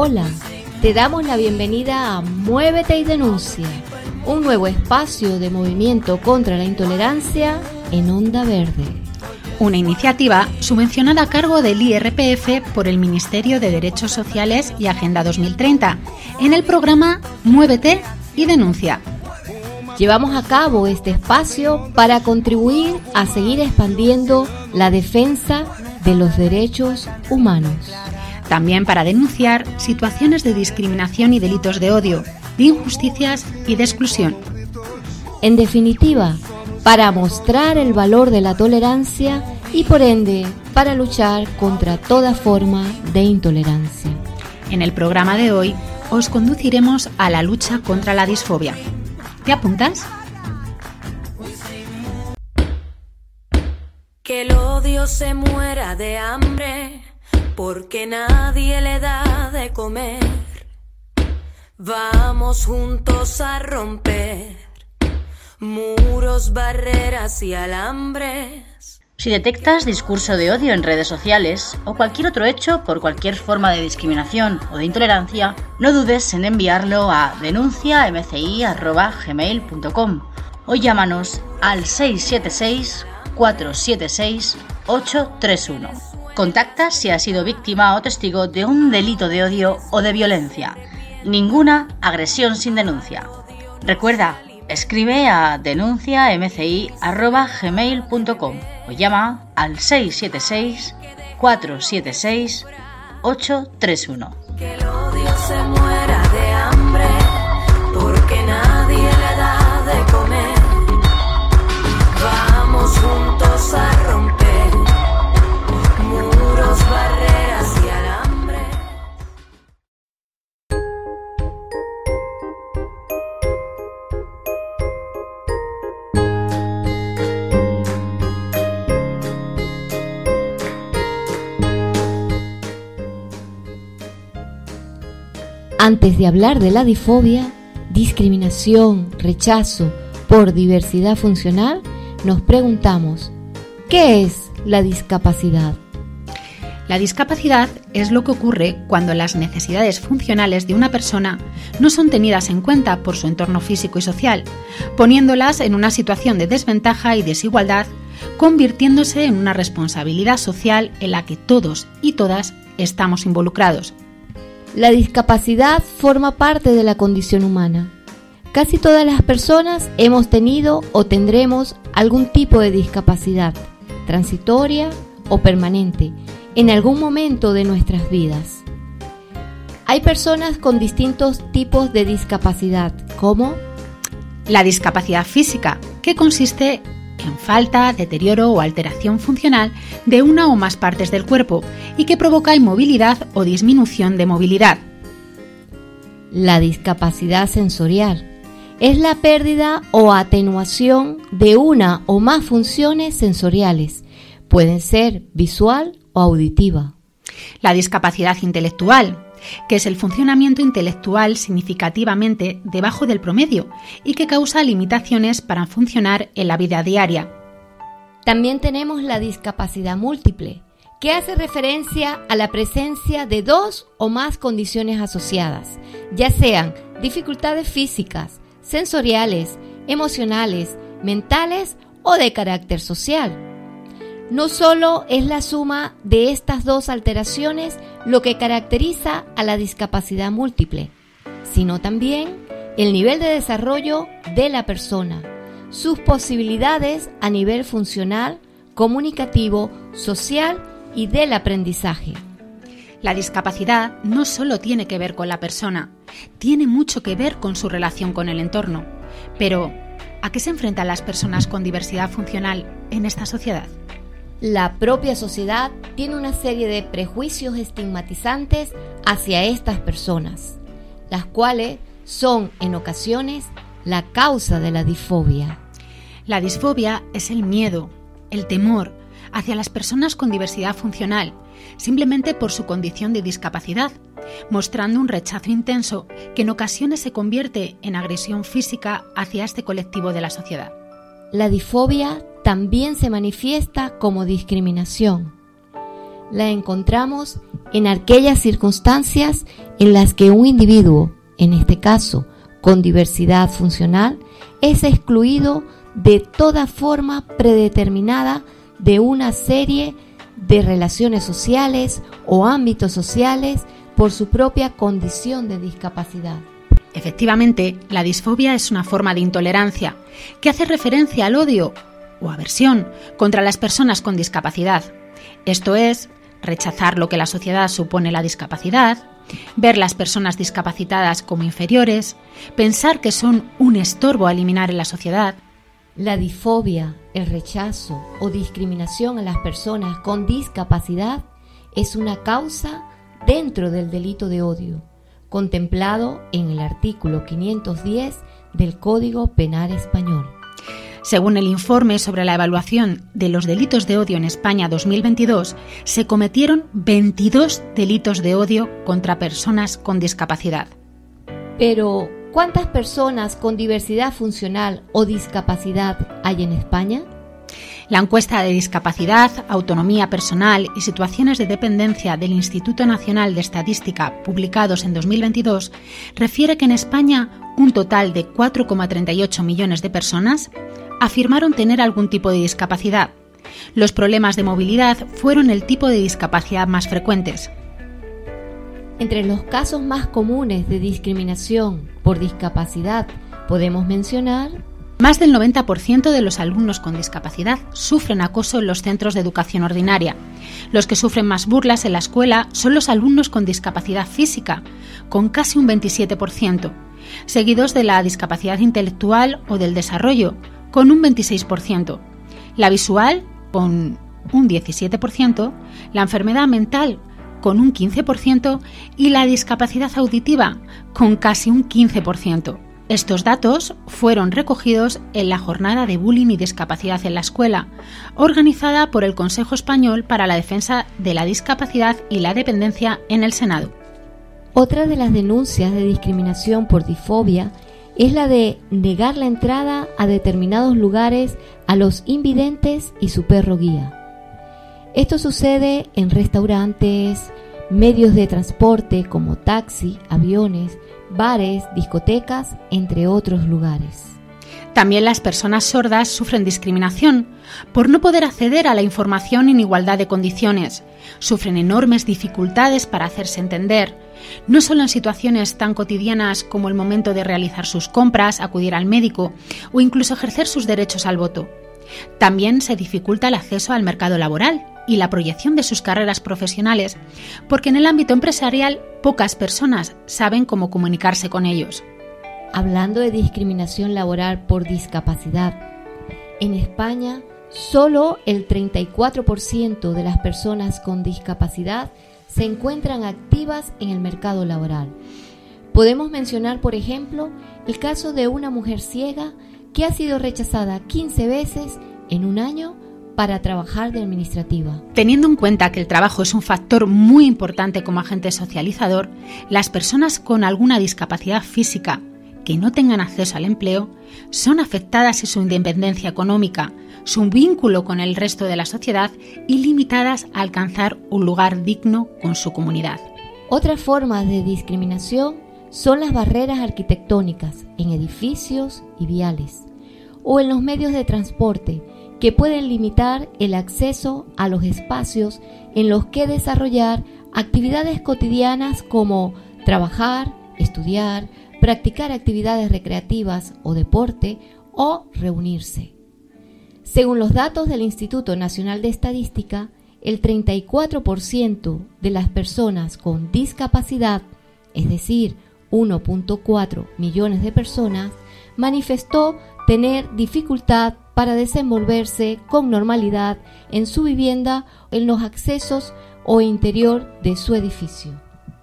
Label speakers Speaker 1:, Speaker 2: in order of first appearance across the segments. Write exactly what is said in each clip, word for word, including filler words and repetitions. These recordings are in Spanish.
Speaker 1: Hola, te damos la bienvenida a Muévete y Denuncia, un nuevo espacio de movimiento contra la intolerancia en Onda Verde.
Speaker 2: Una iniciativa subvencionada a cargo del I R P F por el Ministerio de Derechos Sociales y Agenda dos mil treinta, en el programa Muévete y Denuncia.
Speaker 1: Llevamos a cabo este espacio para contribuir a seguir expandiendo la defensa de los derechos humanos.
Speaker 2: También para denunciar situaciones de discriminación y delitos de odio, de injusticias y de exclusión.
Speaker 1: En definitiva, para mostrar el valor de la tolerancia y por ende para luchar contra toda forma de intolerancia.
Speaker 2: En el programa de hoy os conduciremos a la lucha contra la disfobia. ¿Te apuntas?
Speaker 3: Que el odio se muera de hambre porque nadie le da de comer. Vamos juntos a romper muros, barreras y alambres.
Speaker 4: Si detectas discurso de odio en redes sociales o cualquier otro hecho por cualquier forma de discriminación o de intolerancia, no dudes en enviarlo a denuncia m c i arroba gmail punto com o llámanos al seis siete seis, cuatro siete seis, ocho tres uno. Contacta si has sido víctima o testigo de un delito de odio o de violencia. Ninguna agresión sin denuncia. Recuerda, escribe a denuncia m c i arroba gmail punto com o llama al seis siete seis, cuatro siete seis, ocho tres uno.
Speaker 3: Que el odio se muera de hambre porque nadie le da de comer. Vamos juntos a romper muros, barreras y alambres.
Speaker 1: Antes de hablar de la disfobia, discriminación, rechazo por diversidad funcional, nos preguntamos, ¿qué es la discapacidad?
Speaker 2: La discapacidad es lo que ocurre cuando las necesidades funcionales de una persona no son tenidas en cuenta por su entorno físico y social, poniéndolas en una situación de desventaja y desigualdad, convirtiéndose en una responsabilidad social en la que todos y todas estamos involucrados.
Speaker 1: La discapacidad forma parte de la condición humana. Casi todas las personas hemos tenido o tendremos algún tipo de discapacidad, transitoria o permanente, en algún momento de nuestras vidas. Hay personas con distintos tipos de discapacidad, como
Speaker 2: la discapacidad física, que consiste en falta, deterioro o alteración funcional de una o más partes del cuerpo y que provoca inmovilidad o disminución de movilidad.
Speaker 1: La discapacidad sensorial es la pérdida o atenuación de una o más funciones sensoriales, pueden ser visual o auditiva.
Speaker 2: La discapacidad intelectual, que es el funcionamiento intelectual significativamente debajo del promedio y que causa limitaciones para funcionar en la vida diaria.
Speaker 1: También tenemos la discapacidad múltiple, que hace referencia a la presencia de dos o más condiciones asociadas, ya sean dificultades físicas, sensoriales, emocionales, mentales o de carácter social. No solo es la suma de estas dos alteraciones lo que caracteriza a la discapacidad múltiple, sino también el nivel de desarrollo de la persona, sus posibilidades a nivel funcional, comunicativo, social y del aprendizaje.
Speaker 2: La discapacidad no solo tiene que ver con la persona, tiene mucho que ver con su relación con el entorno. Pero, ¿a qué se enfrentan las personas con diversidad funcional en esta sociedad?
Speaker 1: La propia sociedad tiene una serie de prejuicios estigmatizantes hacia estas personas, las cuales son en ocasiones la causa de la disfobia.
Speaker 2: La disfobia es el miedo, el temor hacia las personas con diversidad funcional, simplemente por su condición de discapacidad, mostrando un rechazo intenso que en ocasiones se convierte en agresión física hacia este colectivo de la sociedad.
Speaker 1: La disfobia también se manifiesta como discriminación. La encontramos en aquellas circunstancias en las que un individuo, en este caso con diversidad funcional, es excluido de toda forma predeterminada de una serie de relaciones sociales o ámbitos sociales por su propia condición de discapacidad.
Speaker 2: Efectivamente, la disfobia es una forma de intolerancia que hace referencia al odio o aversión contra las personas con discapacidad. Esto es, rechazar lo que la sociedad supone la discapacidad, ver las personas discapacitadas como inferiores, pensar que son un estorbo a eliminar en la sociedad.
Speaker 1: La disfobia, el rechazo o discriminación a las personas con discapacidad es una causa dentro del delito de odio, contemplado en el artículo quinientos diez del Código Penal Español.
Speaker 2: Según el informe sobre la evaluación de los delitos de odio en España dos mil veintidós, se cometieron veintidós delitos de odio contra personas con discapacidad.
Speaker 1: Pero, ¿cuántas personas con diversidad funcional o discapacidad hay en España?
Speaker 2: La encuesta de discapacidad, autonomía personal y situaciones de dependencia del Instituto Nacional de Estadística, publicados en dos mil veintidós, refiere que en España un total de cuatro coma treinta y ocho millones de personas afirmaron tener algún tipo de discapacidad. Los problemas de movilidad fueron el tipo de discapacidad más frecuentes.
Speaker 1: Entre los casos más comunes de discriminación por discapacidad podemos mencionar:
Speaker 2: más del noventa por ciento de los alumnos con discapacidad sufren acoso en los centros de educación ordinaria. Los que sufren más burlas en la escuela son los alumnos con discapacidad física, con casi un veintisiete por ciento, seguidos de la discapacidad intelectual o del desarrollo, con un veintiséis por ciento, la visual, con un diecisiete por ciento, la enfermedad mental, con un quince por ciento, y la discapacidad auditiva, con casi un quince por ciento. Estos datos fueron recogidos en la Jornada de Bullying y Discapacidad en la Escuela, organizada por el Consejo Español para la Defensa de la Discapacidad y la Dependencia en el Senado.
Speaker 1: Otra de las denuncias de discriminación por disfobia es la de negar la entrada a determinados lugares a los invidentes y su perro guía. Esto sucede en restaurantes, medios de transporte como taxi, aviones, bares, discotecas, entre otros lugares.
Speaker 2: También las personas sordas sufren discriminación por no poder acceder a la información en igualdad de condiciones. Sufren enormes dificultades para hacerse entender, no solo en situaciones tan cotidianas como el momento de realizar sus compras, acudir al médico o incluso ejercer sus derechos al voto. También se dificulta el acceso al mercado laboral y la proyección de sus carreras profesionales, porque en el ámbito empresarial pocas personas saben cómo comunicarse con ellos.
Speaker 1: Hablando de discriminación laboral por discapacidad, en España solo el treinta y cuatro por ciento de las personas con discapacidad se encuentran activas en el mercado laboral. Podemos mencionar, por ejemplo, el caso de una mujer ciega que ha sido rechazada quince veces en un año para trabajar de administrativa.
Speaker 2: Teniendo en cuenta que el trabajo es un factor muy importante como agente socializador, las personas con alguna discapacidad física que no tengan acceso al empleo son afectadas en su independencia económica, su vínculo con el resto de la sociedad y limitadas a alcanzar un lugar digno con su comunidad.
Speaker 1: Otras formas de discriminación son las barreras arquitectónicas en edificios y viales o en los medios de transporte, que pueden limitar el acceso a los espacios en los que desarrollar actividades cotidianas como trabajar, estudiar, practicar actividades recreativas o deporte o reunirse. Según los datos del Instituto Nacional de Estadística, el treinta y cuatro por ciento de las personas con discapacidad, es decir, uno punto cuatro millones de personas, manifestó tener dificultad para desenvolverse con normalidad en su vivienda, en los accesos o interior de su edificio.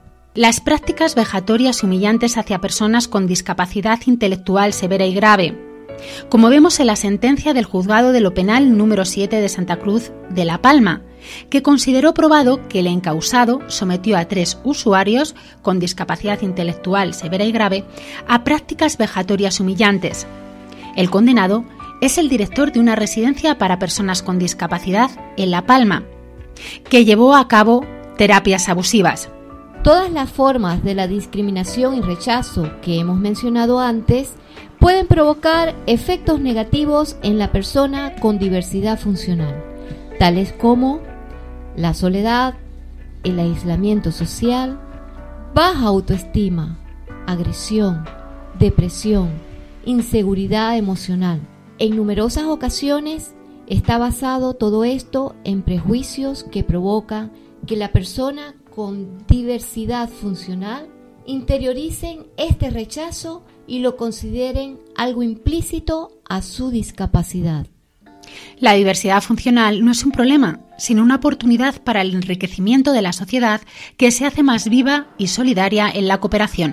Speaker 2: Las prácticas vejatorias y humillantes hacia personas con discapacidad intelectual severa y grave. Como vemos en la sentencia del Juzgado de lo Penal número siete de Santa Cruz de La Palma, que consideró probado que el encausado sometió a tres usuarios con discapacidad intelectual severa y grave a prácticas vejatorias humillantes. El condenado es el director de una residencia para personas con discapacidad en La Palma, que llevó a cabo terapias abusivas.
Speaker 1: Todas las formas de la discriminación y rechazo que hemos mencionado antes pueden provocar efectos negativos en la persona con diversidad funcional, tales como la soledad, el aislamiento social, baja autoestima, agresión, depresión, inseguridad emocional. En numerosas ocasiones está basado todo esto en prejuicios que provocan que la persona con diversidad funcional interioricen este rechazo y lo consideren algo implícito a su discapacidad.
Speaker 2: La diversidad funcional no es un problema, sino una oportunidad para el enriquecimiento de la sociedad que se hace más viva y solidaria en la cooperación.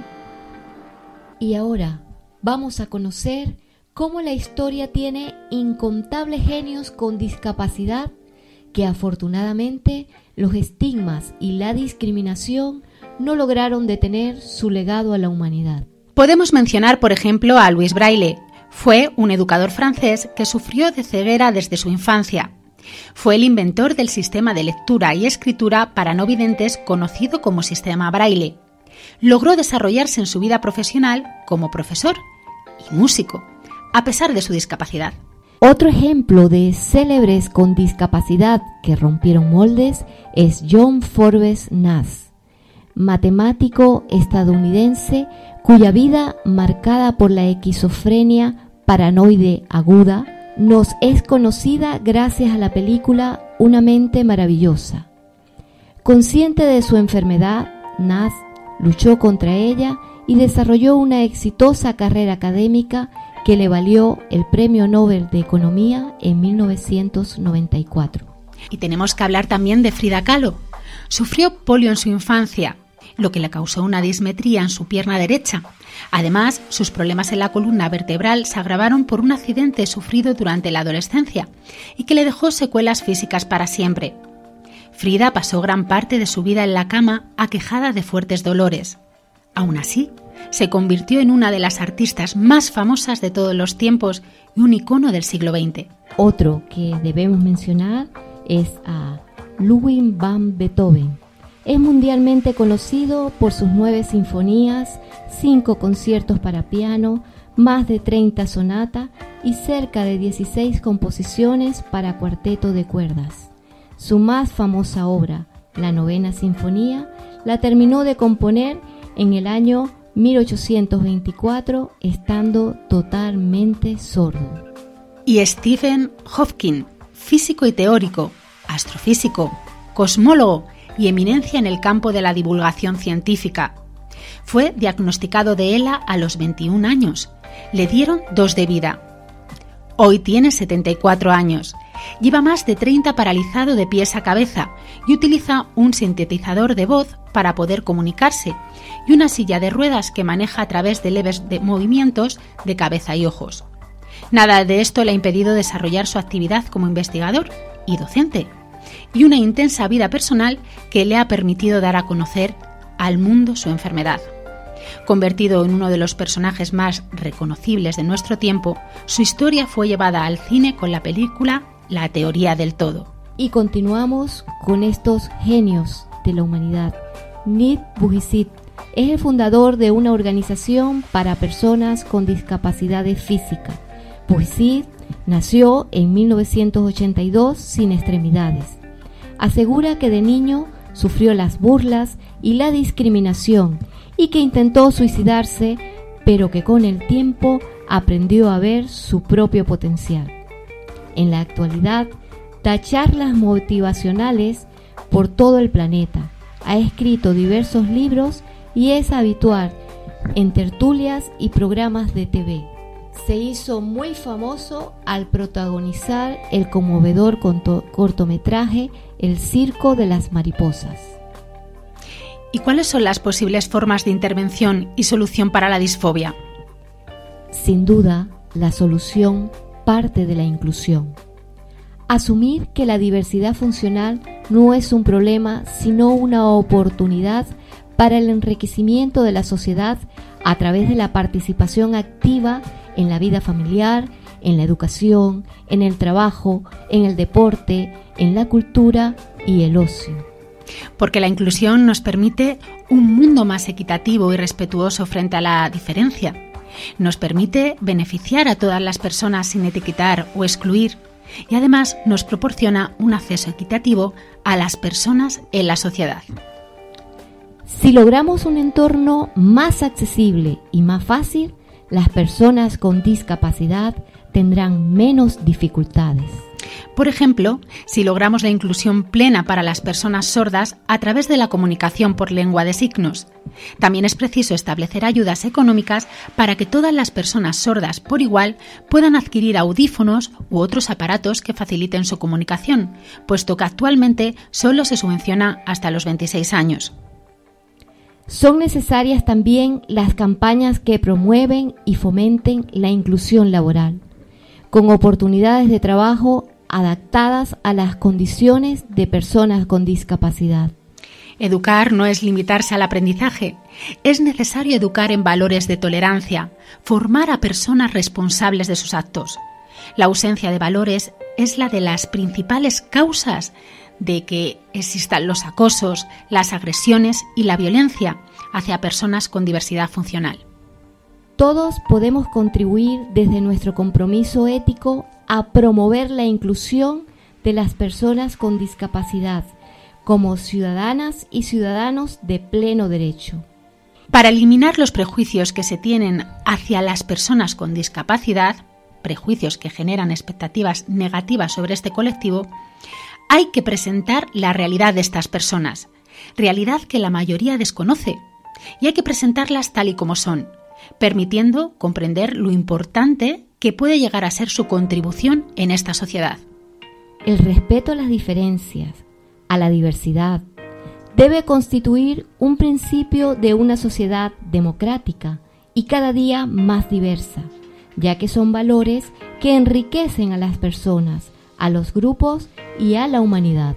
Speaker 1: Y ahora vamos a conocer cómo la historia tiene incontables genios con discapacidad que afortunadamente los estigmas y la discriminación no lograron detener su legado a la humanidad.
Speaker 2: Podemos mencionar, por ejemplo, a Louis Braille. Fue un educador francés que sufrió de ceguera desde su infancia. Fue el inventor del sistema de lectura y escritura para no videntes conocido como sistema Braille. Logró desarrollarse en su vida profesional como profesor y músico, a pesar de su discapacidad.
Speaker 1: Otro ejemplo de célebres con discapacidad que rompieron moldes es John Forbes Nash, matemático estadounidense cuya vida, marcada por la esquizofrenia paranoide aguda, nos es conocida gracias a la película Una mente maravillosa. Consciente de su enfermedad, Nash luchó contra ella y desarrolló una exitosa carrera académica que le valió el Premio Nobel de Economía en mil novecientos noventa y cuatro.
Speaker 2: Y tenemos que hablar también de Frida Kahlo. Sufrió polio en su infancia, lo que le causó una dismetría en su pierna derecha. Además, sus problemas en la columna vertebral se agravaron por un accidente sufrido durante la adolescencia y que le dejó secuelas físicas para siempre. Frida pasó gran parte de su vida en la cama aquejada de fuertes dolores. Aún así, se convirtió en una de las artistas más famosas de todos los tiempos y un icono del siglo veinte.
Speaker 1: Otro que debemos mencionar es a Ludwig van Beethoven. Es mundialmente conocido por sus nueve sinfonías, cinco conciertos para piano, más de treinta sonatas y cerca de dieciséis composiciones para cuarteto de cuerdas. Su más famosa obra, la Novena Sinfonía, la terminó de componer en el año mil ochocientos veinticuatro, estando totalmente sordo.
Speaker 2: Y Stephen Hawking, físico y teórico, astrofísico, cosmólogo y eminencia en el campo de la divulgación científica. Fue diagnosticado de ELA a los veintiún años. Le dieron dos de vida. Hoy tiene setenta y cuatro años. Lleva más de treinta paralizado de pies a cabeza y utiliza un sintetizador de voz para poder comunicarse y una silla de ruedas que maneja a través de leves de movimientos de cabeza y ojos. Nada de esto le ha impedido desarrollar su actividad como investigador y docente, y una intensa vida personal que le ha permitido dar a conocer al mundo su enfermedad. Convertido en uno de los personajes más reconocibles de nuestro tiempo, su historia fue llevada al cine con la película La teoría del todo.
Speaker 1: Y continuamos con estos genios de la humanidad. Nick Vujicic es el fundador de una organización para personas con discapacidades físicas. Vujicic nació en mil novecientos ochenta y dos sin extremidades. Asegura que de niño sufrió las burlas y la discriminación y que intentó suicidarse, pero que con el tiempo aprendió a ver su propio potencial. En la actualidad, da charlas motivacionales por todo el planeta. Ha escrito diversos libros y es habitual en tertulias y programas de T V. Se hizo muy famoso al protagonizar el conmovedor cortometraje El circo de las mariposas.
Speaker 2: ¿Y cuáles son las posibles formas de intervención y solución para la disfobia?
Speaker 1: Sin duda, la solución parte de la inclusión. Asumir que la diversidad funcional no es un problema, sino una oportunidad para el enriquecimiento de la sociedad a través de la participación activa en la vida familiar, en la educación, en el trabajo, en el deporte, en la cultura y el ocio.
Speaker 2: Porque la inclusión nos permite un mundo más equitativo y respetuoso frente a la diferencia. Nos permite beneficiar a todas las personas sin etiquetar o excluir y además nos proporciona un acceso equitativo a las personas en la sociedad.
Speaker 1: Si logramos un entorno más accesible y más fácil, las personas con discapacidad tendrán menos dificultades.
Speaker 2: Por ejemplo, si logramos la inclusión plena para las personas sordas a través de la comunicación por lengua de signos. También es preciso establecer ayudas económicas para que todas las personas sordas por igual puedan adquirir audífonos u otros aparatos que faciliten su comunicación, puesto que actualmente solo se subvenciona hasta los veintiséis años.
Speaker 1: Son necesarias también las campañas que promueven y fomenten la inclusión laboral, con oportunidades de trabajo adaptadas a las condiciones de personas con discapacidad.
Speaker 2: Educar no es limitarse al aprendizaje, es necesario educar en valores de tolerancia, formar a personas responsables de sus actos. La ausencia de valores es la de las principales causas de que existan los acosos, las agresiones y la violencia hacia personas con diversidad funcional.
Speaker 1: Todos podemos contribuir desde nuestro compromiso ético a promover la inclusión de las personas con discapacidad como ciudadanas y ciudadanos de pleno derecho.
Speaker 2: Para eliminar los prejuicios que se tienen hacia las personas con discapacidad, prejuicios que generan expectativas negativas sobre este colectivo, hay que presentar la realidad de estas personas, realidad que la mayoría desconoce, y hay que presentarlas tal y como son, permitiendo comprender lo importante que puede llegar a ser su contribución en esta sociedad.
Speaker 1: El respeto a las diferencias, a la diversidad, debe constituir un principio de una sociedad democrática y cada día más diversa, ya que son valores que enriquecen a las personas, a los grupos y a la humanidad.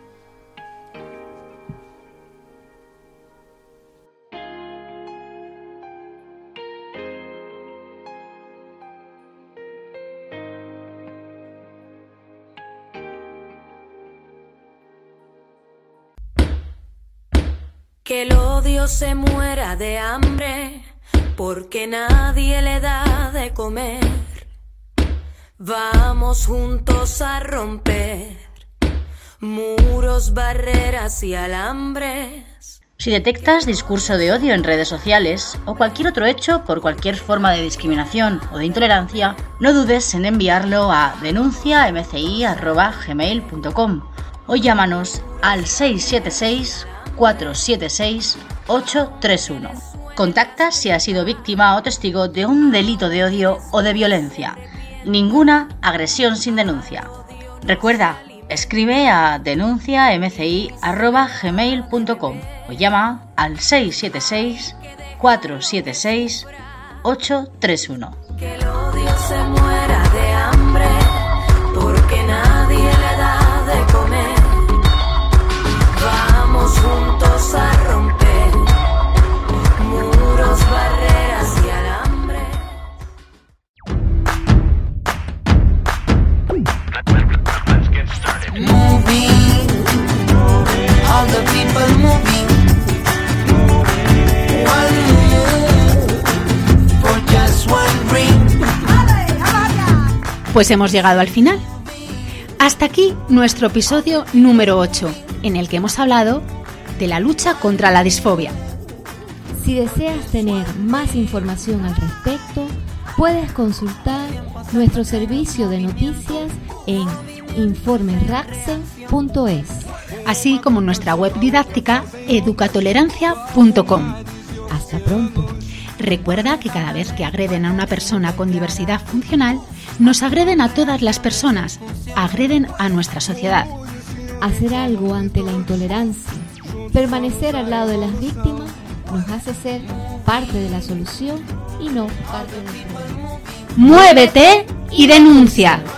Speaker 3: Que el odio se muera de hambre, porque nadie le da de comer. Vamos juntos a romper muros, barreras y alambres.
Speaker 4: Si detectas discurso de odio en redes sociales o cualquier otro hecho por cualquier forma de discriminación o de intolerancia, no dudes en enviarlo a denuncia m c i arroba gmail punto com o llámanos al seis siete seis, cuatro siete seis, ocho tres uno. Contacta si has sido víctima o testigo de un delito de odio o de violencia. Ninguna agresión sin denuncia. Recuerda, escribe a denuncia m c i arroba gmail punto com o llama al seis siete seis, cuatro siete seis, ocho tres uno.
Speaker 3: Que el odio se muera de hambre, porque nadie le da de comer. Vamos juntos a romper muros, barreras y alambres.
Speaker 5: Moving, all the people moving. One move for just one ring.
Speaker 2: Pues hemos llegado al final. Hasta aquí nuestro episodio número ocho, en el que hemos hablado de la lucha contra la disfobia.
Speaker 1: Si deseas tener más información al respecto, puedes consultar nuestro servicio de noticias en informe raxen punto es,
Speaker 2: así como nuestra web didáctica educatolerancia punto com.
Speaker 1: Hasta pronto.
Speaker 2: Recuerda que cada vez que agreden a una persona con diversidad funcional, nos agreden a todas las personas, agreden a nuestra sociedad.
Speaker 1: Hacer algo ante la intolerancia, permanecer al lado de las víctimas, nos hace ser parte de la solución y no parte del problema.
Speaker 2: ¡Muévete y denuncia!